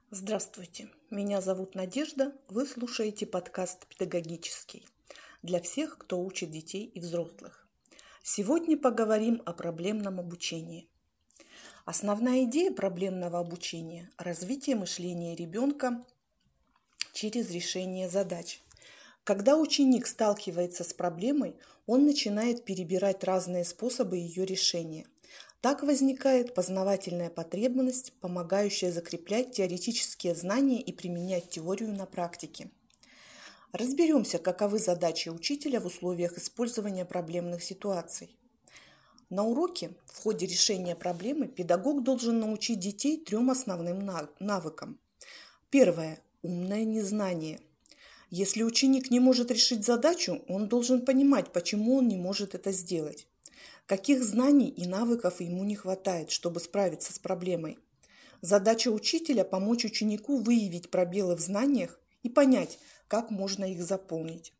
Здравствуйте, меня зовут Надежда, вы слушаете подкаст «Педагогический» для всех, кто учит детей и взрослых. Сегодня поговорим о проблемном обучении. Основная идея проблемного обучения – развитие мышления ребенка через решение задач. Когда ученик сталкивается с проблемой, он начинает перебирать разные способы ее решения. Так возникает познавательная потребность, помогающая закреплять теоретические знания и применять теорию на практике. Разберемся, каковы задачи учителя в условиях использования проблемных ситуаций. На уроке в ходе решения проблемы педагог должен научить детей 3 основным навыкам. Первое – умное незнание. Если ученик не может решить задачу, он должен понимать, почему он не может это сделать. Каких знаний и навыков ему не хватает, чтобы справиться с проблемой. Задача учителя – помочь ученику выявить пробелы в знаниях и понять, как можно их заполнить.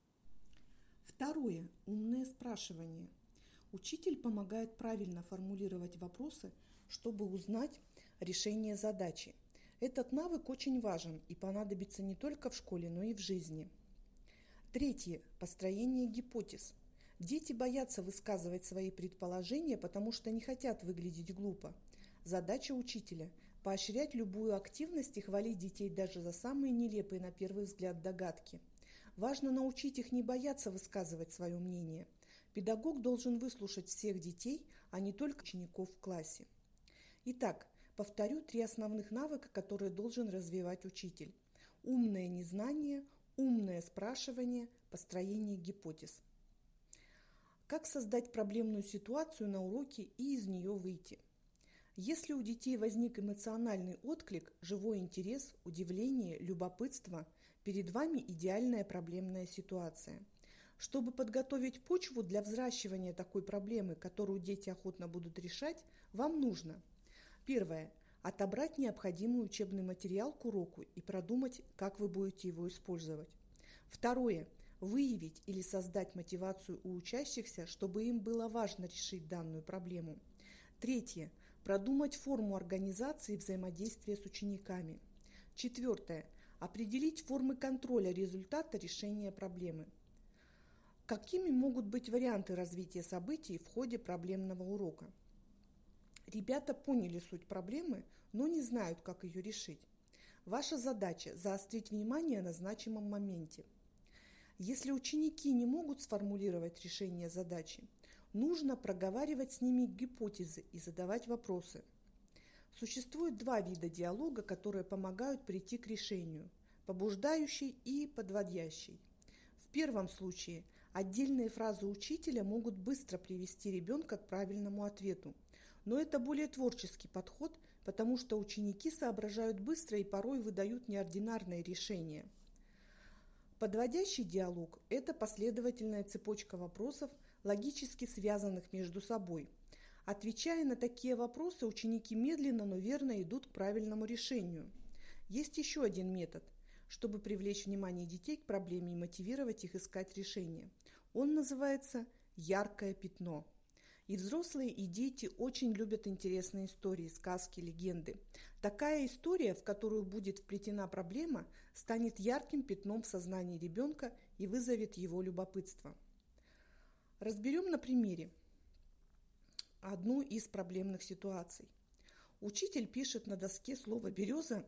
Второе – умное спрашивание. Учитель помогает правильно формулировать вопросы, чтобы узнать решение задачи. Этот навык очень важен и понадобится не только в школе, но и в жизни. Третье – построение гипотез. Дети боятся высказывать свои предположения, потому что не хотят выглядеть глупо. Задача учителя – поощрять любую активность и хвалить детей даже за самые нелепые на первый взгляд догадки. Важно научить их не бояться высказывать свое мнение. Педагог должен выслушать всех детей, а не только учеников в классе. Итак, повторю 3 основных навыка, которые должен развивать учитель. Умное незнание, умное спрашивание, построение гипотез. Как создать проблемную ситуацию на уроке и из нее выйти? Если у детей возник эмоциональный отклик, живой интерес, удивление, любопытство, перед вами идеальная проблемная ситуация. Чтобы подготовить почву для взращивания такой проблемы, которую дети охотно будут решать, вам нужно: первое – отобрать необходимый учебный материал к уроку и продумать, как вы будете его использовать. Второе – выявить или создать мотивацию у учащихся, чтобы им было важно решить данную проблему. Третье – продумать форму организации и взаимодействия с учениками. Четвертое – определить формы контроля результата решения проблемы. Какими могут быть варианты развития событий в ходе проблемного урока? Ребята поняли суть проблемы, но не знают, как ее решить. Ваша задача – заострить внимание на значимом моменте. Если ученики не могут сформулировать решение задачи, нужно проговаривать с ними гипотезы и задавать вопросы. Существует 2 вида диалога, которые помогают прийти к решению – побуждающий и подводящий. В первом случае отдельные фразы учителя могут быстро привести ребенка к правильному ответу, но это более творческий подход, потому что ученики соображают быстро и порой выдают неординарные решения. Подводящий диалог – это последовательная цепочка вопросов, логически связанных между собой. Отвечая на такие вопросы, ученики медленно, но верно идут к правильному решению. Есть еще один метод, чтобы привлечь внимание детей к проблеме и мотивировать их искать решение. Он называется «яркое пятно». И взрослые, и дети очень любят интересные истории, сказки, легенды. Такая история, в которую будет вплетена проблема, станет ярким пятном в сознании ребенка и вызовет его любопытство. Разберем на примере одну из проблемных ситуаций. Учитель пишет на доске слово «береза»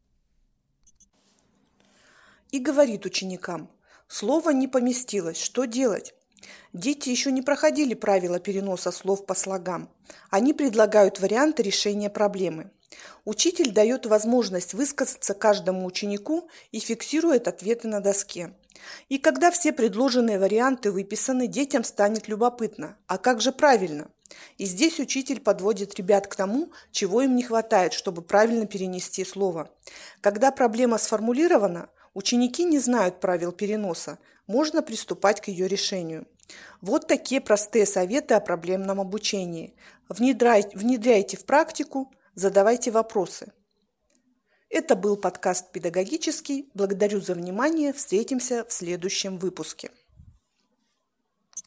и говорит ученикам: «Слово не поместилось, что делать?» Дети еще не проходили правила переноса слов по слогам. Они предлагают варианты решения проблемы. Учитель дает возможность высказаться каждому ученику и фиксирует ответы на доске. И когда все предложенные варианты выписаны, детям станет любопытно: а как же правильно? И здесь учитель подводит ребят к тому, чего им не хватает, чтобы правильно перенести слово. Когда проблема сформулирована, ученики не знают правил переноса, можно приступать к ее решению. Вот такие простые советы о проблемном обучении. Внедряйте в практику, задавайте вопросы. Это был подкаст «Педагогический». Благодарю за внимание. Встретимся в следующем выпуске.